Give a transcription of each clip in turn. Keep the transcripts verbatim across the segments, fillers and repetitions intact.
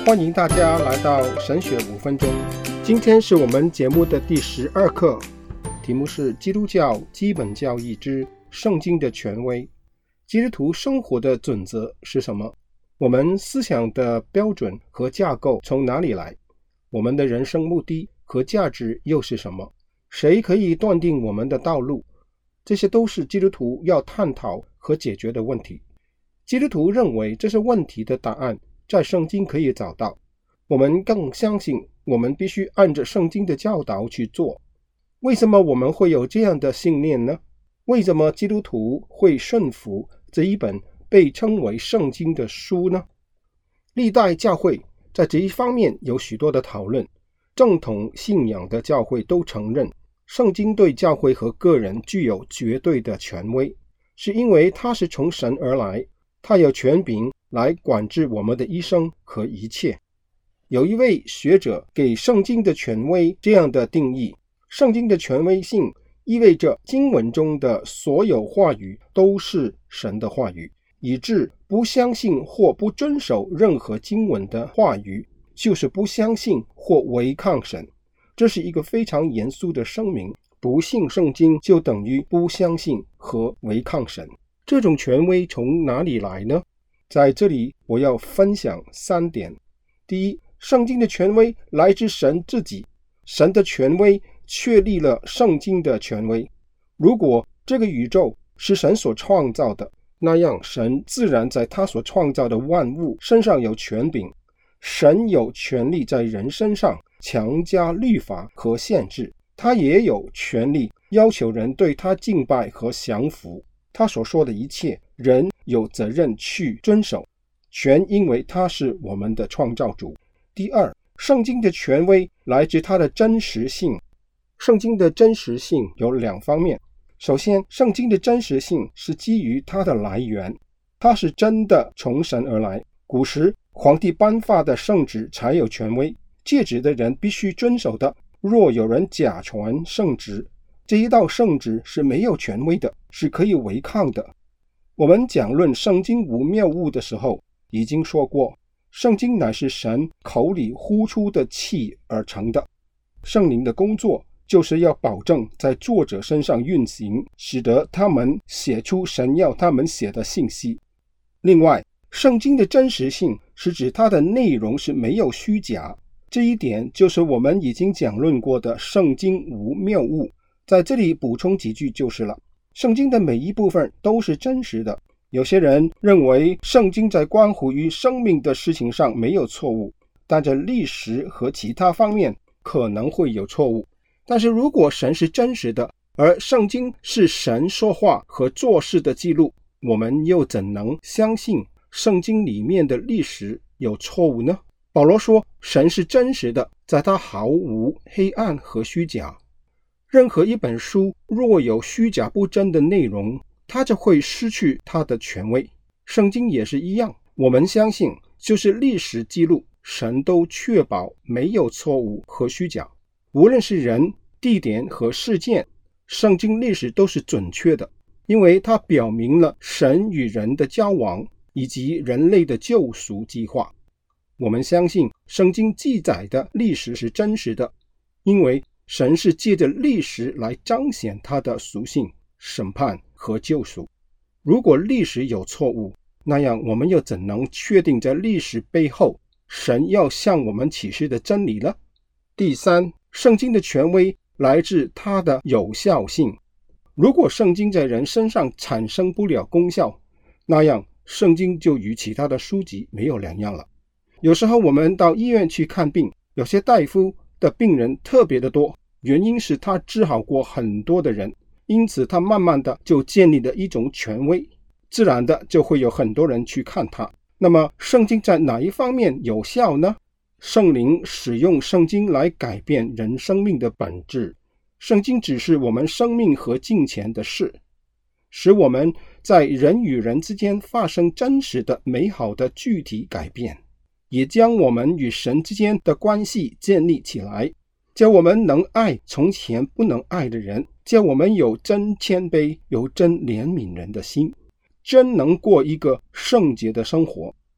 欢迎大家来到神学五分钟。今天是我们节目的第十二课，题目是基督教基本教义之圣经的权威。基督徒生活的准则是什么？我们思想的标准和架构从哪里来？我们的人生目的和价值又是什么？谁可以断定我们的道路？这些都是基督徒要探讨和解决的问题。基督徒认为这些问题的答案在圣经可以找到，我们更相信我们必须按着圣经的教导去做。为什么我们会有这样的信念呢？为什么基督徒会顺服这一本被称为圣经的书呢？历代教会在这一方面有许多的讨论，正统信仰的教会都承认圣经对教会和个人具有绝对的权威，是因为它是从神而来，它有权柄来管制我们的一生和一切。有一位学者给圣经的权威这样的定义：圣经的权威性意味着经文中的所有话语都是神的话语，以致不相信或不遵守任何经文的话语就是不相信或违抗神。这是一个非常严肃的声明，不信圣经就等于不相信和违抗神。这种权威从哪里来呢？在这里我要分享三点。第一，圣经的权威来自神自己，神的权威确立了圣经的权威。如果这个宇宙是神所创造的，那样神自然在他所创造的万物身上有权柄。神有权利在人身上强加律法和限制，他也有权利要求人对他敬拜和降服。他所说的一切，人有责任去遵守，全因为他是我们的创造主。第二，圣经的权威来自它的真实性。圣经的真实性有两方面。首先，圣经的真实性是基于它的来源，它是真的从神而来。古时皇帝颁发的圣旨才有权威，借旨的人必须遵守的。若有人假传圣旨，这一道圣旨是没有权威的，是可以违抗的。我们讲论圣经无谬误的时候已经说过，圣经乃是神口里呼出的气而成的。圣灵的工作就是要保证在作者身上运行，使得他们写出神要他们写的信息。另外，圣经的真实性是指它的内容是没有虚假，这一点就是我们已经讲论过的圣经无谬误。在这里补充几句就是了。圣经的每一部分都是真实的。有些人认为圣经在关乎于生命的事情上没有错误，但在历史和其他方面可能会有错误。但是如果神是真实的，而圣经是神说话和做事的记录，我们又怎能相信圣经里面的历史有错误呢？保罗说，神是真实的，在他毫无黑暗和虚假。任何一本书若有虚假不真的内容，它就会失去它的权威。圣经也是一样，我们相信就是历史记录，神都确保没有错误和虚假。无论是人、地点和事件，圣经历史都是准确的，因为它表明了神与人的交往以及人类的救赎计划。我们相信圣经记载的历史是真实的，因为神是借着历史来彰显他的属性、审判和救赎。如果历史有错误，那样我们又怎能确定在历史背后神要向我们启示的真理呢？第三，圣经的权威来自它的有效性。如果圣经在人身上产生不了功效，那样圣经就与其他的书籍没有两样了。有时候我们到医院去看病，有些大夫的病人特别的多，原因是他治好过很多的人，因此他慢慢的就建立了一种权威，自然的就会有很多人去看他。那么圣经在哪一方面有效呢？圣灵使用圣经来改变人生命的本质。圣经只是我们生命和金钱的事，使我们在人与人之间发生真实的美好的具体改变，也将我们与神之间的关系建立起来，叫我们能爱从前不能爱的人，叫我们有真谦卑，有真怜悯人的心，真能过一个圣洁的生活。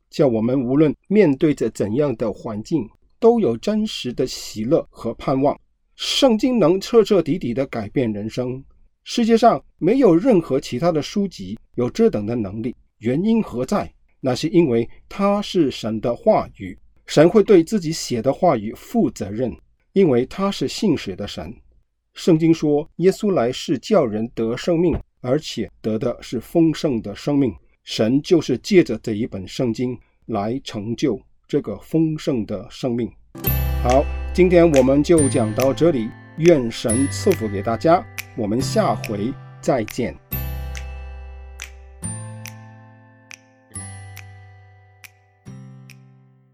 叫我们无论面对着怎样的环境，都有真实的喜乐和盼望。圣经能彻彻底底地改变人生，世界上没有任何其他的书籍有这等的能力。原因何在？那是因为它是神的话语，神会对自己写的话语负责任，因为他是信实的神。圣经说，耶稣来是叫人得生命，而且得的是丰盛的生命。神就是借着这一本圣经来成就这个丰盛的生命。好，今天我们就讲到这里，愿神赐福给大家，我们下回再见。